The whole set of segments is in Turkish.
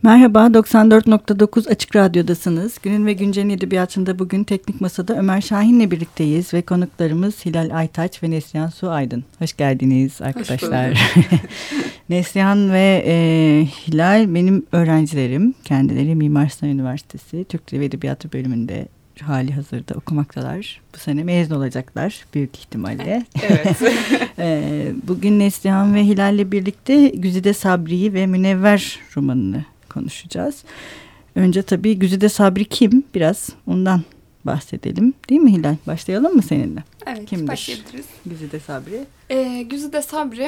Merhaba, 94.9 Açık Radyo'dasınız. Günün ve Güncel'in edebiyatında bugün Teknik Masa'da Ömer Şahin'le birlikteyiz ve konuklarımız Hilal Aytaç ve Neslihan Suaydın. Hoş geldiniz arkadaşlar. Neslihan ve Hilal benim öğrencilerim. Kendileri Mimar Sinan Üniversitesi Türk Dili ve Edebiyatı bölümünde hali hazırda okumaktalar. Bu sene mezun olacaklar büyük ihtimalle. Evet. Bugün Neslihan ve Hilal'le birlikte Güzide Sabri'yi ve Münevver romanını konuşacağız. Önce tabii Güzide Sabri kim? Biraz ondan bahsedelim. Değil mi Hilal? Başlayalım mı seninle? Evet, kimdir başlayabiliriz. Güzide Sabri? Güzide Sabri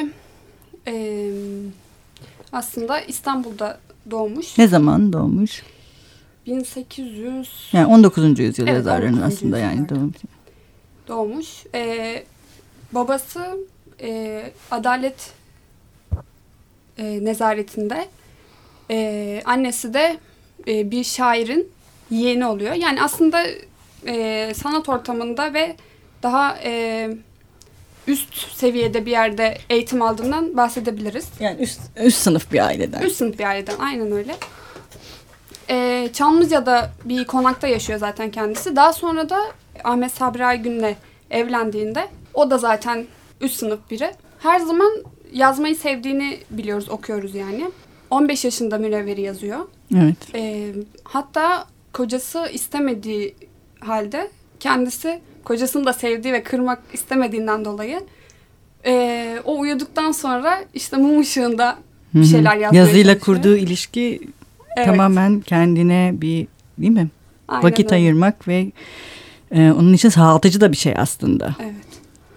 aslında İstanbul'da doğmuş. Ne zaman doğmuş? 1800. Yani 19. yüzyıl Evet, yazarlarının 19. aslında yani doğmuş. Babası Adalet nezaretinde. Annesi de bir şairin yeğeni oluyor. Yani aslında sanat ortamında ve daha üst seviyede bir yerde eğitim aldığından bahsedebiliriz. Yani üst sınıf bir aileden. Üst sınıf bir aileden, aynen öyle. Çamlıca'da bir konakta yaşıyor zaten kendisi. Daha sonra da Ahmet Sabri Aygün'le evlendiğinde o da zaten üst sınıf biri. Her zaman yazmayı sevdiğini biliyoruz, okuyoruz yani. 15 yaşında Münevver'i yazıyor. Evet. Hatta kocası istemediği halde kendisi kocasını da sevdiği ve kırmak istemediğinden dolayı o uyuduktan sonra işte mum ışığında bir şeyler yazmaya Yazıyla çalışıyor. kurduğu ilişki Evet. tamamen kendine bir, değil mi? Aynen Vakit öyle. ayırmak ve onun için sağaltıcı da bir şey aslında. Evet.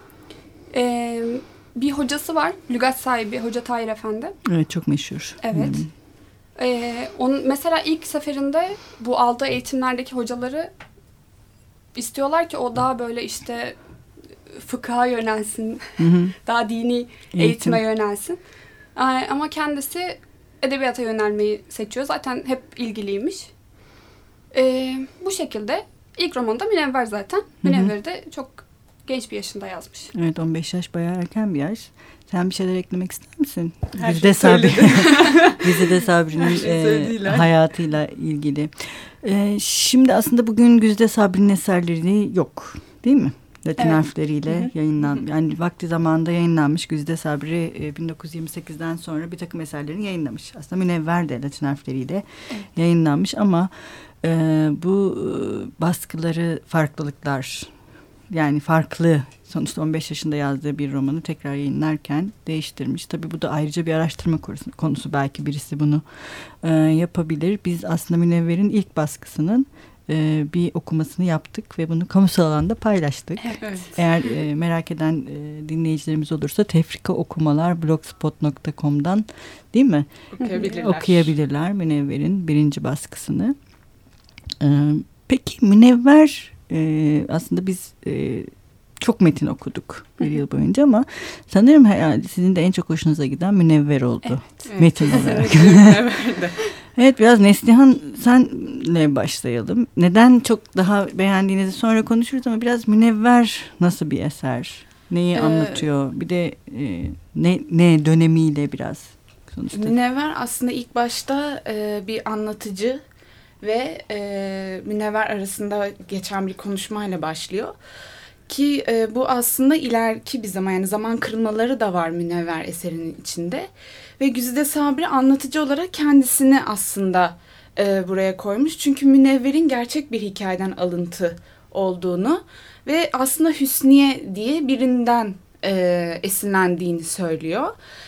Bir hocası var. Lügat sahibi Hoca Tahir Efendi. Evet, çok meşhur. Evet. Onun mesela ilk seferinde bu aldığı eğitimlerdeki hocaları istiyorlar ki o daha böyle işte fıkha yönelsin. Daha dini eğitime yönelsin. Ama kendisi edebiyata yönelmeyi seçiyor. Zaten hep ilgiliymiş. Bu şekilde ilk romanı da Münevver zaten. Münevver'i de çok genç bir yaşında yazmış. Evet, 15 yaş bayağı erken bir yaş. Sen bir şeyler eklemek ister misin? Güzide Sabri'nin hayatıyla ilgili. Şimdi aslında bugün Güzide Sabri'nin eserleri yok, değil mi? Latin harfleriyle yani vakti zamanında yayınlanmış. Güzide Sabri 1928'den sonra bir takım eserlerini yayınlamış. Aslında Münevver de Latin harfleriyle yayınlanmış ama bu baskıları, farklılıklar, yani farklı, sonuçta 15 yaşında yazdığı bir romanı tekrar yayınlarken değiştirmiş. Tabii bu da ayrıca bir araştırma konusu. Belki birisi bunu yapabilir. Biz aslında Münevver'in ilk baskısının bir okumasını yaptık ve bunu kamusal alanda paylaştık. Evet. Eğer merak eden dinleyicilerimiz olursa tefrikaokumalar.blogspot.com'dan, değil mi? Okuyabilirler Münevver'in birinci baskısını. Peki Münevver, aslında biz çok metin okuduk bir yıl boyunca ama sanırım herhalde sizin de en çok hoşunuza giden Münevver oldu. Evet. Metin olarak. Evet, biraz Neslihan senle başlayalım. Neden çok daha beğendiğinizi sonra konuşuruz ama biraz Münevver nasıl bir eser? Neyi anlatıyor? Bir de ne dönemiyle biraz sonuçta. Münevver aslında ilk başta bir anlatıcı ve Münevver arasında geçen bir konuşmayla başlıyor. Ki bu aslında ileriki bir zaman, yani zaman kırılmaları da var Münevver eserinin içinde. Ve Güzide Sabri anlatıcı olarak kendisini aslında buraya koymuş. Çünkü Münevver'in gerçek bir hikayeden alıntı olduğunu ve aslında Hüsniye diye birinden esinlendiğini söylüyor.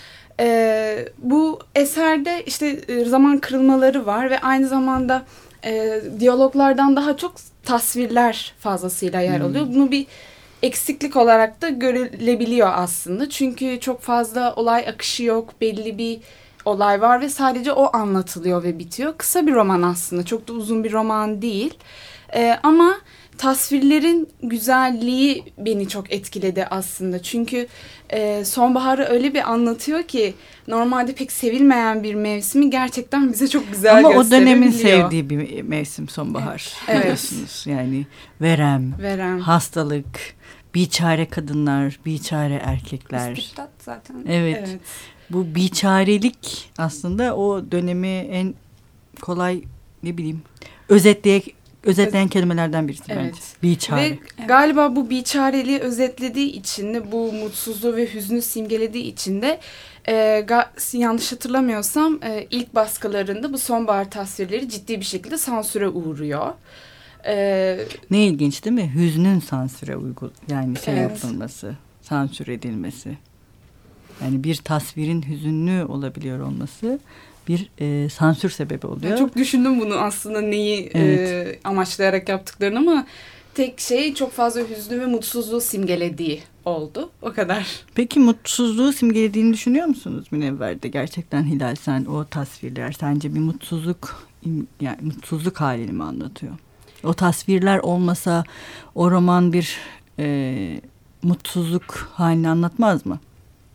Bu eserde işte zaman kırılmaları var ve aynı zamanda diyaloglardan daha çok tasvirler fazlasıyla yer alıyor. Bunu bir eksiklik olarak da görülebiliyor aslında. Çünkü çok fazla olay akışı yok. Belli bir olay var ve sadece o anlatılıyor ve bitiyor. Kısa bir roman aslında. Çok da uzun bir roman değil. Ama tasvirlerin güzelliği beni çok etkiledi aslında. Çünkü sonbaharı öyle bir anlatıyor ki normalde pek sevilmeyen bir mevsimi gerçekten bize çok güzel ama gösterebiliyor. o dönemin sevdiği bir mevsim sonbahar. Evet. Biliyorsunuz. Yani verem, hastalık, biçare kadınlar, biçare erkekler. İstibdat zaten. Evet. Bu biçarelik aslında o dönemi en kolay, ne bileyim, özetleyen kelimelerden birisi bence. Biçare. Ve galiba bu biçareliği özetlediği için de, bu mutsuzluğu ve hüznü simgelediği için de yanlış hatırlamıyorsam ilk baskılarında bu sonbahar tasvirleri ciddi bir şekilde sansüre uğruyor. Ne ilginç değil mi? Hüznün sansüre yapılması, sansür edilmesi. Yani bir tasvirin hüzünlü olabiliyor olması bir sansür sebebi oluyor. Yani çok düşündüm bunu aslında, neyi amaçlayarak yaptıklarını, ama tek şey çok fazla hüznü ve mutsuzluğu simgelediği oldu. O kadar. Peki mutsuzluğu simgelediğini düşünüyor musunuz Münevver'de? Gerçekten Hilal, sen o tasvirler sence bir mutsuzluk halini mi anlatıyor? O tasvirler olmasa o roman bir mutsuzluk halini anlatmaz mı?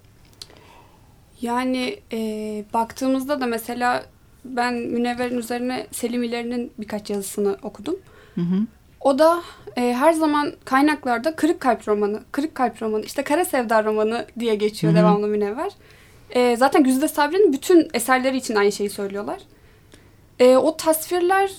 Yani baktığımızda da mesela ben Münevver'in üzerine Selim İleri'nin birkaç yazısını okudum. Hı hı. O da her zaman kaynaklarda Kırık Kalp romanı, işte Kara Sevda romanı diye geçiyor, hı hı, devamlı Münevver. Zaten Güzide Sabri'nin bütün eserleri için aynı şeyi söylüyorlar. O tasvirler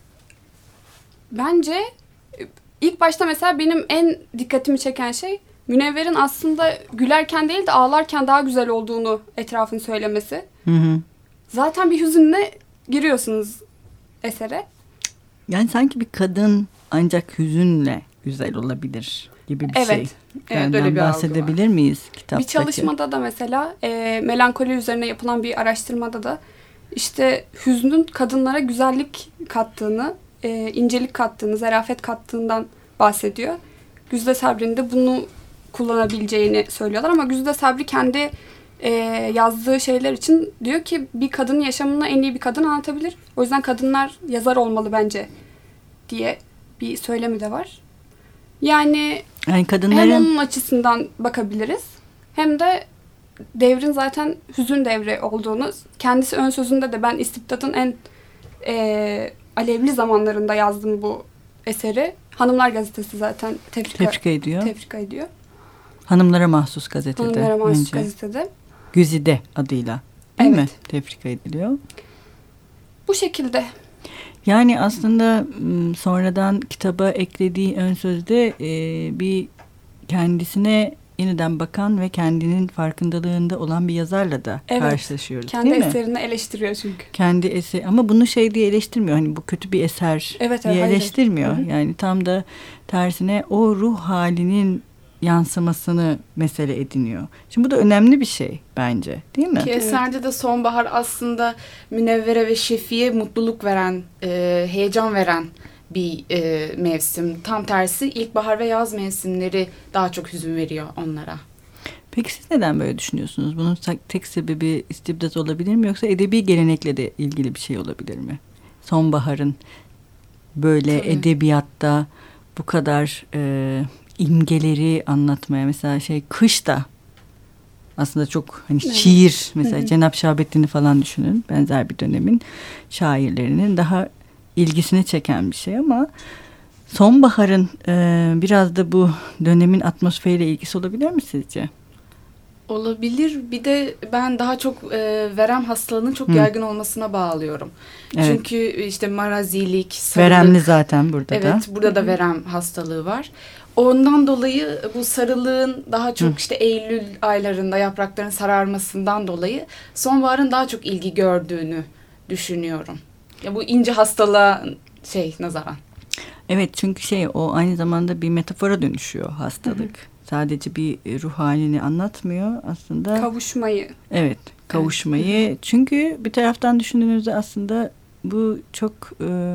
bence ilk başta mesela benim en dikkatimi çeken şey Münevver'in aslında gülerken değil de ağlarken daha güzel olduğunu etrafın söylemesi. Hı hı. Zaten bir hüzünle giriyorsunuz esere. Yani sanki bir kadın ancak hüzünle güzel olabilir gibi bir şey. Evet, öyle bir bahsedebilir miyiz kitaptaki? Bir çalışmada da mesela melankoli üzerine yapılan bir araştırmada da işte hüznün kadınlara güzellik kattığını, incelik kattığını, zarafet kattığından bahsediyor. Güzide Sabri'nin de bunu kullanabileceğini söylüyorlar ama Güzide Sabri kendi yazdığı şeyler için diyor ki bir kadının yaşamını en iyi bir kadın anlatabilir. O yüzden kadınlar yazar olmalı bence diye bir söylemi de var. Yani kadınların... hem onun açısından bakabiliriz hem de devrin zaten hüzün devri olduğunu, kendisi ön sözünde de ben istibdadın en alevli zamanlarında yazdım bu eseri. Hanımlar Gazetesi zaten tefrika ediyor. Hanımlara mahsus gazetede. Hanımlara mahsus gazetede. Güzide adıyla değil mi? Tefrika ediliyor. Bu şekilde. Yani aslında sonradan kitaba eklediği ön sözde bir kendisine yeniden bakan ve kendinin farkındalığında olan bir yazarla da karşılaşıyoruz. Kendi eserini eleştiriyor çünkü. Kendi eseri, ama bunu diye eleştirmiyor. Hani bu kötü bir eser diye eleştirmiyor. Hayır. Yani tam da tersine o ruh halinin yansımasını mesele ediniyor. Şimdi bu da önemli bir şey bence, değil mi? Ki eserde de sonbahar aslında Münevvere ve Şefi'ye mutluluk veren, heyecan veren bir mevsim. Tam tersi ilkbahar ve yaz mevsimleri daha çok hüzün veriyor onlara. Peki siz neden böyle düşünüyorsunuz? Bunun tek sebebi istibdat olabilir mi, yoksa edebi gelenekle de ilgili bir şey olabilir mi? Sonbaharın böyle edebiyatta bu kadar imgeleri anlatmaya, mesela kış da aslında çok şiir, mesela Cenab Şahabettin'i falan düşünün, benzer bir dönemin şairlerinin daha ilgisini çeken bir şey, ama sonbaharın biraz da bu dönemin atmosferiyle ilgisi olabilir mi sizce? Olabilir. Bir de ben daha çok verem hastalığının çok yaygın olmasına bağlıyorum. Evet. Çünkü işte marazilik, sarılık. Veremli zaten burada da. Evet, burada da verem hastalığı var. Ondan dolayı bu sarılığın daha çok işte Eylül aylarında yaprakların sararmasından dolayı sonbaharın daha çok ilgi gördüğünü düşünüyorum. Ya bu ince hastalığa nazaran. Evet, çünkü o aynı zamanda bir metafora dönüşüyor hastalık. Hı-hı. Sadece bir ruh halini anlatmıyor aslında. Kavuşmayı. Evet, kavuşmayı. Evet. Çünkü bir taraftan düşündüğünüzde aslında bu çok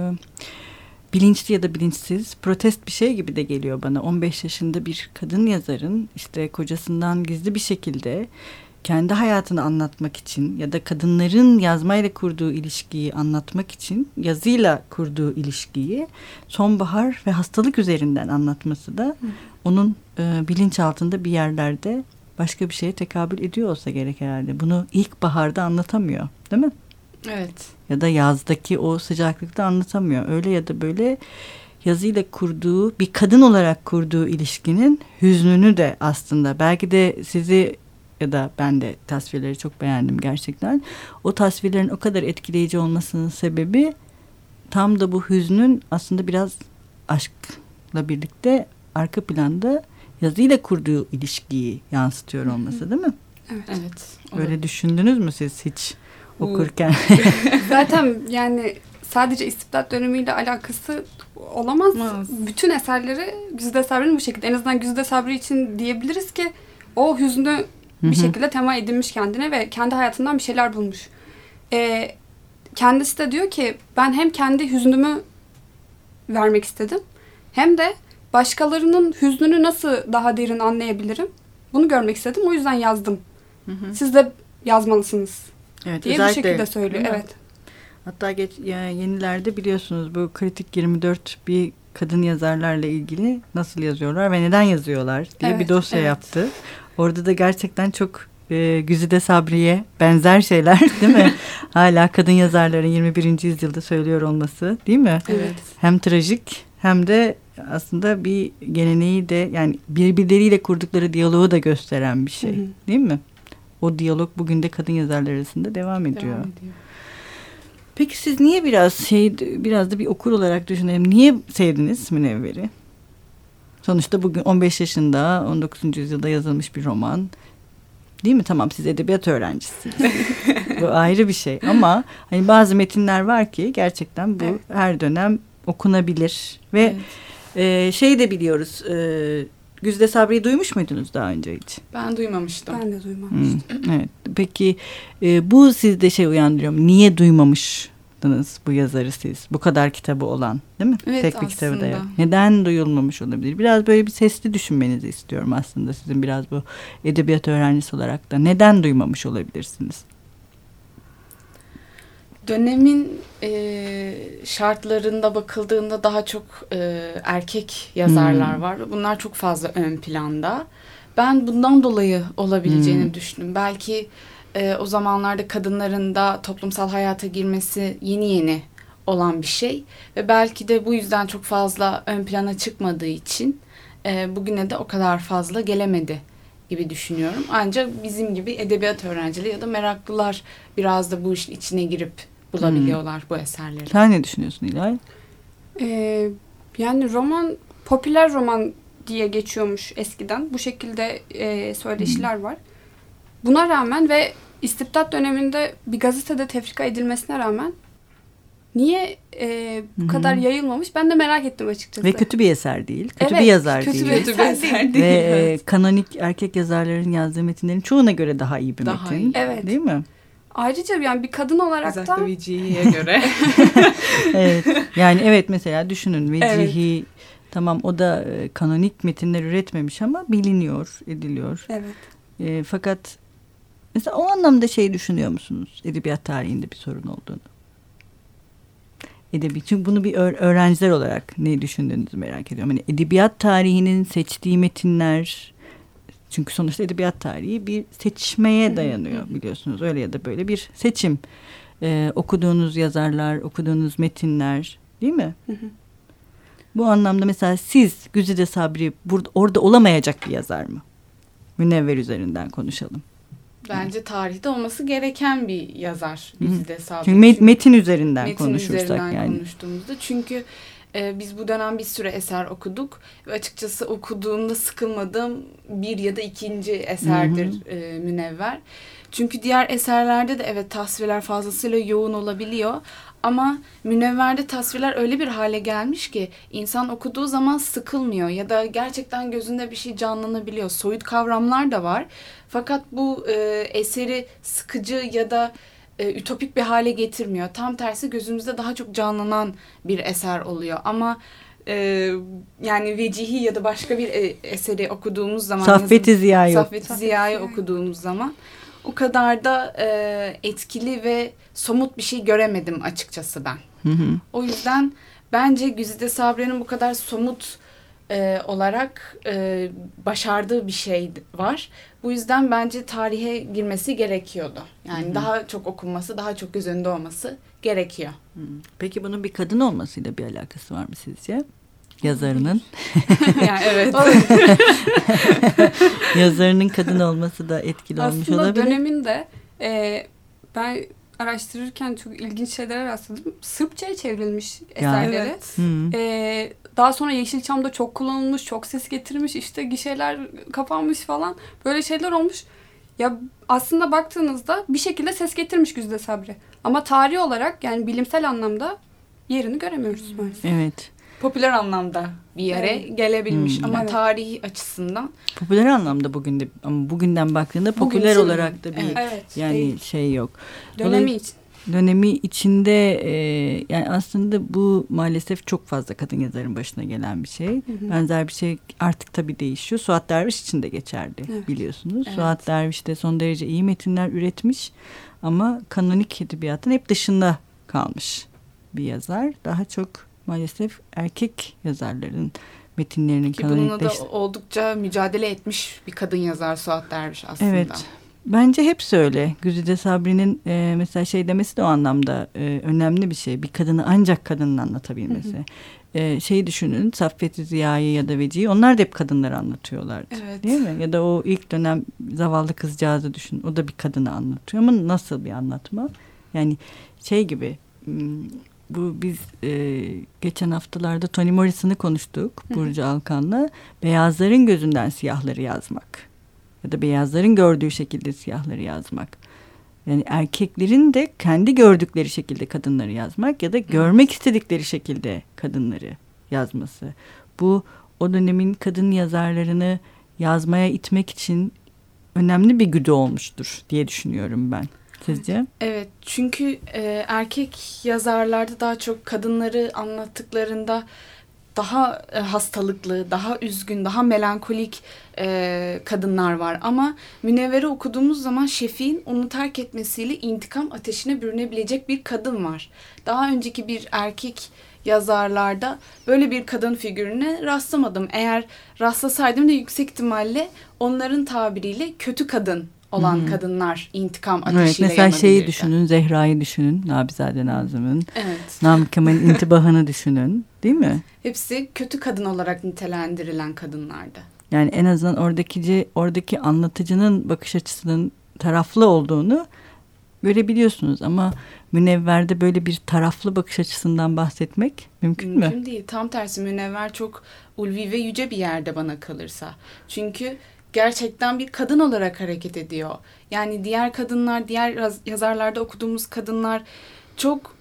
bilinçli ya da bilinçsiz, protest bir şey gibi de geliyor bana. 15 yaşında bir kadın yazarın işte kocasından gizli bir şekilde kendi hayatını anlatmak için ya da kadınların yazmayla kurduğu ilişkiyi anlatmak için yazıyla kurduğu ilişkiyi sonbahar ve hastalık üzerinden anlatması da onun bilinçaltında bir yerlerde başka bir şeye tekabül ediyor olsa gerek herhalde. Bunu ilkbaharda anlatamıyor, değil mi? Evet. Ya da yazdaki o sıcaklıkta anlatamıyor. Öyle ya da böyle yazıyla kurduğu, bir kadın olarak kurduğu ilişkinin hüznünü de aslında belki de sizi ya da ben de tasvirleri çok beğendim gerçekten. O tasvirlerin o kadar etkileyici olmasının sebebi tam da bu hüznün aslında biraz aşkla birlikte arka planda yazıyla kurduğu ilişkiyi yansıtıyor olması, değil mi? Evet. Öyle düşündünüz mü siz hiç okurken? Zaten yani sadece istibdat dönemiyle alakası olamaz. Bütün eserleri Güzide Sabri'nin bu şekilde. En azından Güzide Sabri için diyebiliriz ki o hüznü bir şekilde tema edinmiş kendine ve kendi hayatından bir şeyler bulmuş. Kendisi de diyor ki ben hem kendi hüznümü vermek istedim hem de başkalarının hüznünü nasıl daha derin anlayabilirim bunu görmek istedim. O yüzden yazdım. Siz de yazmalısınız diye bir şekilde söylüyor. Evet. Hatta yenilerde biliyorsunuz bu Kritik 24 bir kadın yazarlarla ilgili nasıl yazıyorlar ve neden yazıyorlar diye bir dosya yaptı. Orada da gerçekten çok Güzide Sabri'ye benzer şeyler, değil mi? Hala kadın yazarların 21. yüzyılda söylüyor olması, değil mi? Evet. Hem trajik hem de aslında bir geleneği de, yani birbirleriyle kurdukları diyaloğu da gösteren bir şey, değil mi? O diyalog bugün de kadın yazarlar arasında devam ediyor. Peki siz niye biraz da bir okur olarak düşünelim. Niye sevdiniz Münevver'i? Sonuçta bugün 15 yaşında 19. yüzyılda yazılmış bir roman. Değil mi? Tamam, siz edebiyat öğrencisiniz. Bu ayrı bir şey ama hani bazı metinler var ki gerçekten bu her dönem okunabilir ve şey de biliyoruz. Güzide Sabri'yi duymuş muydunuz daha önce hiç? Ben duymamıştım. Ben de duymamıştım. Evet. Peki bu sizde şey uyandırıyor mu? Niye duymamıştınız bu yazarı siz? Bu kadar kitabı olan, değil mi? Evet, tek bir kitabı da yok. Neden duyulmamış olabilir? Biraz böyle bir sesli düşünmenizi istiyorum aslında sizin, biraz bu edebiyat öğrencisi olarak da. Neden duymamış olabilirsiniz? Dönemin şartlarında bakıldığında daha çok erkek yazarlar var. Bunlar çok fazla ön planda. Ben bundan dolayı olabileceğini düşündüm. Belki o zamanlarda kadınların da toplumsal hayata girmesi yeni olan bir şey. Ve belki de bu yüzden çok fazla ön plana çıkmadığı için bugüne de o kadar fazla gelemedi gibi düşünüyorum. Ancak bizim gibi edebiyat öğrencileri ya da meraklılar biraz da bu işin içine girip bulabiliyorlar bu eserleri. Sen ne düşünüyorsun İlay? Yani roman, popüler roman diye geçiyormuş eskiden. Bu şekilde söyleşiler var. Buna rağmen ve istibdat döneminde bir gazetede tefrika edilmesine rağmen niye bu kadar yayılmamış? Ben de merak ettim açıkçası. Ve kötü bir eser değil. Kötü bir yazar değil. Kötü bir eser değil. Ve kanonik erkek yazarların yazdığı metinlerin çoğuna göre daha iyi bir metin. Evet. Değil mi? Ayrıca yani bir kadın olarak da... Özellikle Vecihi'ye göre. Evet. Yani evet, mesela düşünün Vecihi, tamam o da kanonik metinler üretmemiş ama biliniyor, ediliyor. Evet. Fakat mesela o anlamda şey düşünüyor musunuz? Edebiyat tarihinde bir sorun olduğunu. Çünkü bunu bir öğrenciler olarak ne düşündüğünüzü merak ediyorum. Hani edebiyat tarihinin seçtiği metinler, çünkü sonuçta edebiyat tarihi bir seçmeye dayanıyor biliyorsunuz. Öyle ya da böyle bir seçim. Okuduğunuz yazarlar, okuduğunuz metinler, değil mi? Bu anlamda mesela siz Güzide Sabri orada olamayacak bir yazar mı? Münevver üzerinden konuşalım. Bence tarihte olması gereken bir yazar Güzide Sabri. Çünkü metin üzerinden konuşursak yani. Konuştuğumuzda çünkü biz bu dönem bir sürü eser okuduk ve açıkçası okuduğumda sıkılmadığım bir ya da ikinci eserdir Münevver. Çünkü diğer eserlerde de evet tasvirler fazlasıyla yoğun olabiliyor ama Münevver'de tasvirler öyle bir hale gelmiş ki insan okuduğu zaman sıkılmıyor ya da gerçekten gözünde bir şey canlanabiliyor. Soyut kavramlar da var. Fakat bu eseri sıkıcı ya da ütopik bir hale getirmiyor. Tam tersi gözümüzde daha çok canlanan bir eser oluyor. Ama yani Vecihi ya da başka bir eseri okuduğumuz zaman... Saffet-i Ziya'yı okuduğumuz zaman o kadar da etkili ve somut bir şey göremedim açıkçası ben. O yüzden bence Güzide Sabri'nin bu kadar somut olarak başardığı bir şey var. Bu yüzden bence tarihe girmesi gerekiyordu. Yani daha çok okunması, daha çok göz önünde olması gerekiyor. Peki bunun bir kadın olmasıyla bir alakası var mı sizce? yazarının. Yani evet. Yazarının kadın olması da etkili olmuş aslında olabilir. Aslında döneminde ben araştırırken çok ilginç şeylere rastladım. Sırpçaya çevrilmiş eserleri. Evet. Daha sonra Yeşilçam'da çok kullanılmış, çok ses getirmiş, işte gişeler kapanmış falan. Böyle şeyler olmuş. Ya aslında baktığınızda bir şekilde ses getirmiş Güzide Sabri. Ama tarih olarak yani bilimsel anlamda yerini göremiyoruz maalesef. Evet. Popüler anlamda bir yere gelebilmiş ama evet. Tarihi açısından. Popüler anlamda bugün de, ama bugünden baktığında popüler olarak da bir yani değil. Şey yok. Dönemi için. Dönemi içinde yani aslında bu maalesef çok fazla kadın yazarın başına gelen bir şey. Benzer bir şey artık tabii değişiyor. Suat Derviş için de geçerli biliyorsunuz. Evet. Suat Derviş de son derece iyi metinler üretmiş ama kanonik edebiyatın hep dışında kalmış bir yazar. Daha çok maalesef erkek yazarların metinlerinin kanonikleştirilmesi. Bununla da oldukça mücadele etmiş bir kadın yazar Suat Derviş aslında. Evet. Bence hepsi öyle. Güzide Sabri'nin mesela şey demesi de o anlamda önemli bir şey. Bir kadını ancak kadının anlatabilmesi. Şeyi düşünün, Saffet-i Ziya'yı ya da Veci'yi, onlar da hep kadınları anlatıyorlardı. Evet. Değil mi? Ya da o ilk dönem zavallı kızcağızı düşünün. O da bir kadını anlatıyor ama nasıl bir anlatma? Yani şey gibi, bu biz geçen haftalarda Toni Morrison'ı konuştuk Burcu Alkan'la. Beyazların gözünden siyahları yazmak. Ya da beyazların gördüğü şekilde siyahları yazmak. Yani erkeklerin de kendi gördükleri şekilde kadınları yazmak ya da görmek istedikleri şekilde kadınları yazması. Bu o dönemin kadın yazarlarını yazmaya itmek için önemli bir güdü olmuştur diye düşünüyorum ben. Sizce? Evet, çünkü erkek yazarlarda daha çok kadınları anlattıklarında daha hastalıklı, daha üzgün, daha melankolik kadınlar var. Ama Münevver'i okuduğumuz zaman Şefik'in onu terk etmesiyle intikam ateşine bürünebilecek bir kadın var. Daha önceki bir erkek yazarlarda böyle bir kadın figürüne rastlamadım. Eğer rastlasaydım da yüksek ihtimalle onların tabiriyle kötü kadın olan kadınlar intikam ateşiyle yanabilirdi. Mesela şeyi düşünün, Zehra'yı düşünün, Nabizade Nazım'ın. Evet. Namık Kemal'in intibahını düşünün, değil mi? Hepsi kötü kadın olarak nitelendirilen kadınlardı. Yani en azından oradaki anlatıcının bakış açısının taraflı olduğunu görebiliyorsunuz. Ama Münevver'de böyle bir taraflı bakış açısından bahsetmek mümkün mü? Mümkün değil. Tam tersi, Münevver çok ulvi ve yüce bir yerde bana kalırsa. Çünkü gerçekten bir kadın olarak hareket ediyor. Yani diğer kadınlar, diğer yazarlarda okuduğumuz kadınlar çok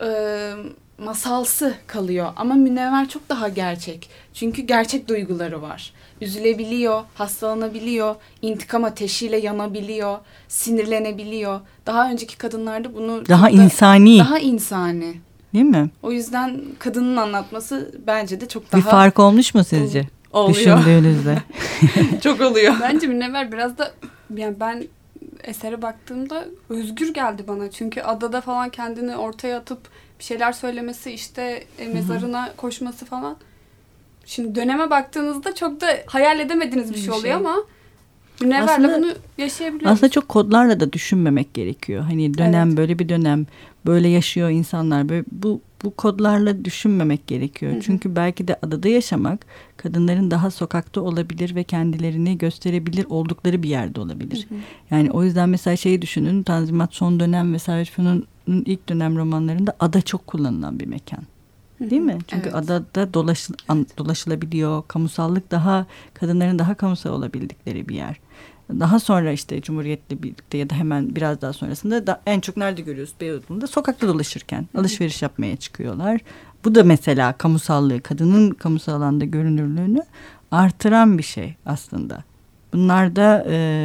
masalsı kalıyor. Ama Münevver çok daha gerçek. Çünkü gerçek duyguları var. Üzülebiliyor, hastalanabiliyor, intikam ateşiyle yanabiliyor, sinirlenebiliyor. Daha önceki kadınlarda bunu... Daha insani. Daha insani. Değil mi? O yüzden kadının anlatması bence de çok daha... Bir fark olmuş mu sizce? Oluyor. Düşündüğünüzde. Çok oluyor. Bence Münevver biraz da, yani ben esere baktığımda özgür geldi bana. Çünkü adada falan kendini ortaya atıp bir şeyler söylemesi, işte mezarına koşması falan. Şimdi döneme baktığınızda çok da hayal edemediğiniz bir şey oluyor ama Münevver'le bunu yaşayabiliyoruz. Aslında çok kodlarla da düşünmemek gerekiyor. Hani dönem böyle bir dönem, böyle yaşıyor insanlar. Böyle bu kodlarla düşünmemek gerekiyor. Çünkü belki de adada yaşamak kadınların daha sokakta olabilir ve kendilerini gösterebilir oldukları bir yerde olabilir. Yani o yüzden mesela şeyi düşünün, Tanzimat son dönem ve Servet Fünun'un ilk dönem romanlarında ada çok kullanılan bir mekan. Değil mi? Çünkü adada dolaşılabiliyor. Kamusallık kadınların daha kamusal olabildikleri bir yer. Daha sonra işte Cumhuriyet'le birlikte ya da hemen biraz daha sonrasında en çok nerede görüyoruz? Beyoğlu'nda sokakta dolaşırken alışveriş yapmaya çıkıyorlar. Bu da mesela kamusallığı, kadının kamusal alanda görünürlüğünü artıran bir şey aslında. Bunlar da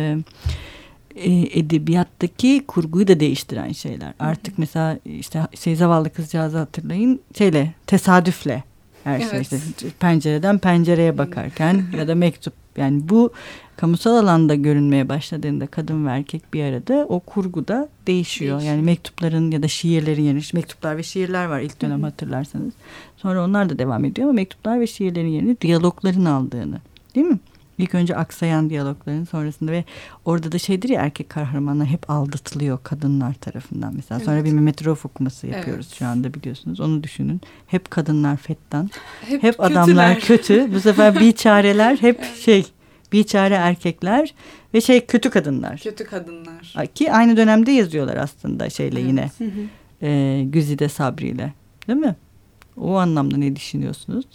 edebiyattaki kurguyu da değiştiren şeyler. Artık mesela işte zavallı kızcağızı hatırlayın, tesadüfle her şey, işte pencereden pencereye bakarken ya da mektup, yani bu kamusal alanda görünmeye başladığında kadın ve erkek bir arada, o kurgu da değişiyor. Yani mektupların ya da şiirlerin yerine, mektuplar ve şiirler var ilk dönem hatırlarsanız. Sonra onlar da devam ediyor ama mektuplar ve şiirlerin yerini diyalogların aldığını, değil mi? İlk önce aksayan diyalogların sonrasında ve orada da şeydir ya, erkek kahramanlar hep aldatılıyor kadınlar tarafından mesela. Evet. Sonra bir Mehmet Rauf okuması yapıyoruz şu anda, biliyorsunuz. Onu düşünün. Hep kadınlar fettan. Hep adamlar kötü. Bu sefer biçareler hep biçare erkekler ve kötü kadınlar. Kötü kadınlar. Ki aynı dönemde yazıyorlar aslında yine. Güzide Sabri ile. Değil mi? O anlamda ne düşünüyorsunuz?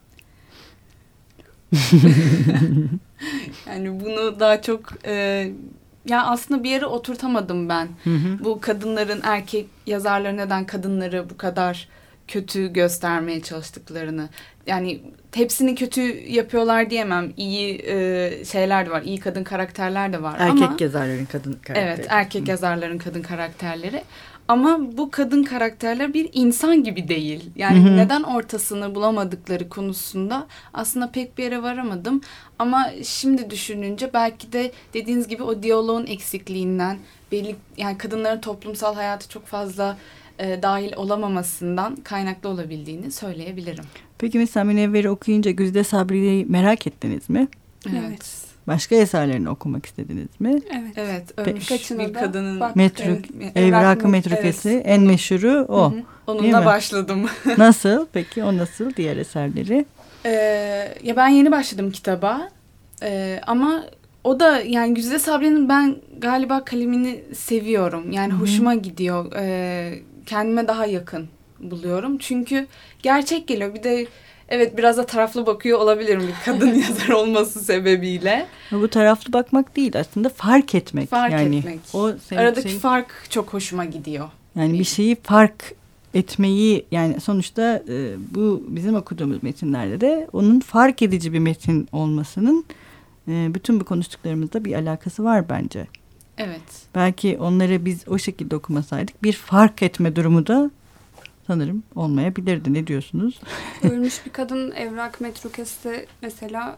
Yani bunu daha çok ya aslında bir yere oturtamadım ben. Bu kadınların, erkek yazarları neden kadınları bu kadar kötü göstermeye çalıştıklarını. Yani hepsini kötü yapıyorlar diyemem. İyi şeyler de var. İyi kadın karakterler de var. Erkek yazarların kadın karakterleri. Evet, erkek yazarların kadın karakterleri. Ama bu kadın karakterler bir insan gibi değil. Yani neden ortasını bulamadıkları konusunda aslında pek bir yere varamadım. Ama şimdi düşününce belki de dediğiniz gibi o diyaloğun eksikliğinden, yani kadınların toplumsal hayata çok fazla dahil olamamasından kaynaklı olabildiğini söyleyebilirim. Peki mesela Münevver'i okuyunca Güzide Sabri'yi merak ettiniz mi? Evet. Başka eserlerini okumak istediniz mi? Evet. Ölmüş bir kadının Evrak-ı Metrukesi, en meşhuru o. Onunla başladım. Nasıl? Peki o nasıl? Diğer eserleri? Ya ben yeni başladım kitaba. Ama o da yani Güzide Sabri'nin ben galiba kalemini seviyorum. Yani hoşuma gidiyor. Kendime daha yakın buluyorum. Çünkü gerçek geliyor. Bir de evet, biraz da taraflı bakıyor olabilirim bir kadın yazar olması sebebiyle. Bu taraflı bakmak değil aslında, fark etmek. Fark etmek. Aradaki fark çok hoşuma gidiyor. Yani bir şeyi fark etmeyi, yani sonuçta bu bizim okuduğumuz metinlerde de onun fark edici bir metin olmasının bütün bu konuştuklarımızda bir alakası var bence. Evet. Belki onları biz o şekilde okumasaydık bir fark etme durumu da sanırım olmayabilirdi. Ne diyorsunuz? Ölmüş bir kadın Evrak Metrukesi mesela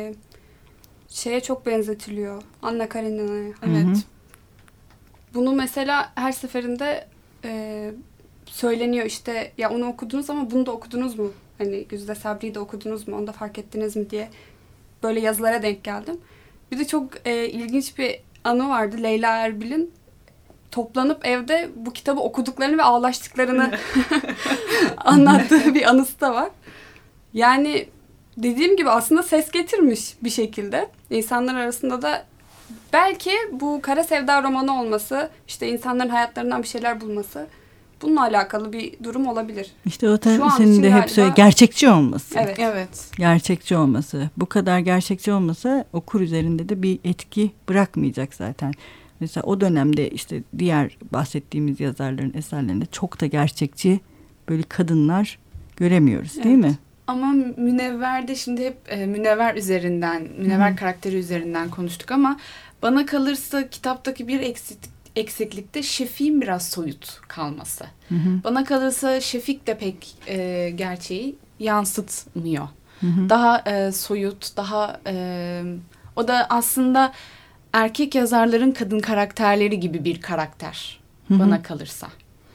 şeye çok benzetiliyor. Anna Karenina'ya. Evet. Bunu mesela her seferinde söyleniyor işte, ya onu okudunuz ama bunu da okudunuz mu? Hani Güzide Sabri'yi de okudunuz mu? Onu da fark ettiniz mi diye böyle yazılara denk geldim. Bir de çok ilginç bir anı vardı. Leyla Erbil'in toplanıp evde bu kitabı okuduklarını ve ağlaştıklarını anlattığı bir anısı da var. Yani dediğim gibi aslında ses getirmiş bir şekilde. İnsanlar arasında da belki bu Kara Sevda romanı olması, işte insanların hayatlarından bir şeyler bulması, bununla alakalı bir durum olabilir. İşte o senin de hep söyle, gerçekçi olması. Evet. Gerçekçi olması. Bu kadar gerçekçi olmasa okur üzerinde de bir etki bırakmayacak zaten. Mesela o dönemde işte diğer bahsettiğimiz yazarların eserlerinde çok da gerçekçi böyle kadınlar göremiyoruz, değil mi? Ama Münevver'de şimdi hep Münevver karakteri üzerinden konuştuk ama bana kalırsa kitaptaki bir eksiklikte Şefik'in biraz soyut kalması. Bana kalırsa Şefik de pek gerçeği yansıtmıyor. Daha soyut, daha o da aslında erkek yazarların kadın karakterleri gibi bir karakter bana kalırsa.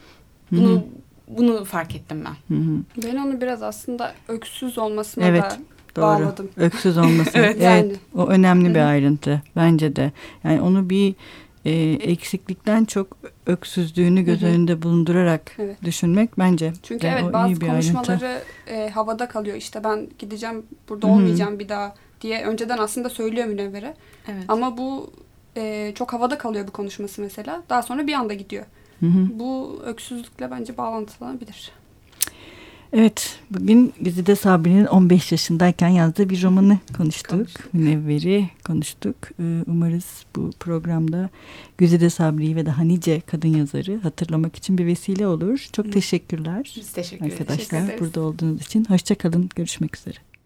Bunu fark ettim ben. Ben onu biraz aslında öksüz olmasına da bağladım. Öksüz olması. Evet. Yani. O önemli bir ayrıntı bence de. Yani onu bir eksiklikten çok öksüzlüğünü göz önünde bulundurarak düşünmek bence. Çünkü bazı konuşmaları havada kalıyor. İşte ben gideceğim, burada olmayacağım bir daha diye önceden aslında söylüyor Münevver'e. Evet. Ama bu çok havada kalıyor bu konuşması mesela. Daha sonra bir anda gidiyor. Bu öksüzlükle bence bağlantılanabilir. Evet, bugün Güzide Sabri'nin 15 yaşındayken yazdığı bir romanı konuştuk. Münevver'i konuştuk. Umarız bu programda Güzide Sabri'yi ve daha nice kadın yazarı hatırlamak için bir vesile olur. Çok teşekkürler. Biz teşekkür ederiz. Arkadaşlar, burada olduğunuz için. Hoşça kalın. Görüşmek üzere.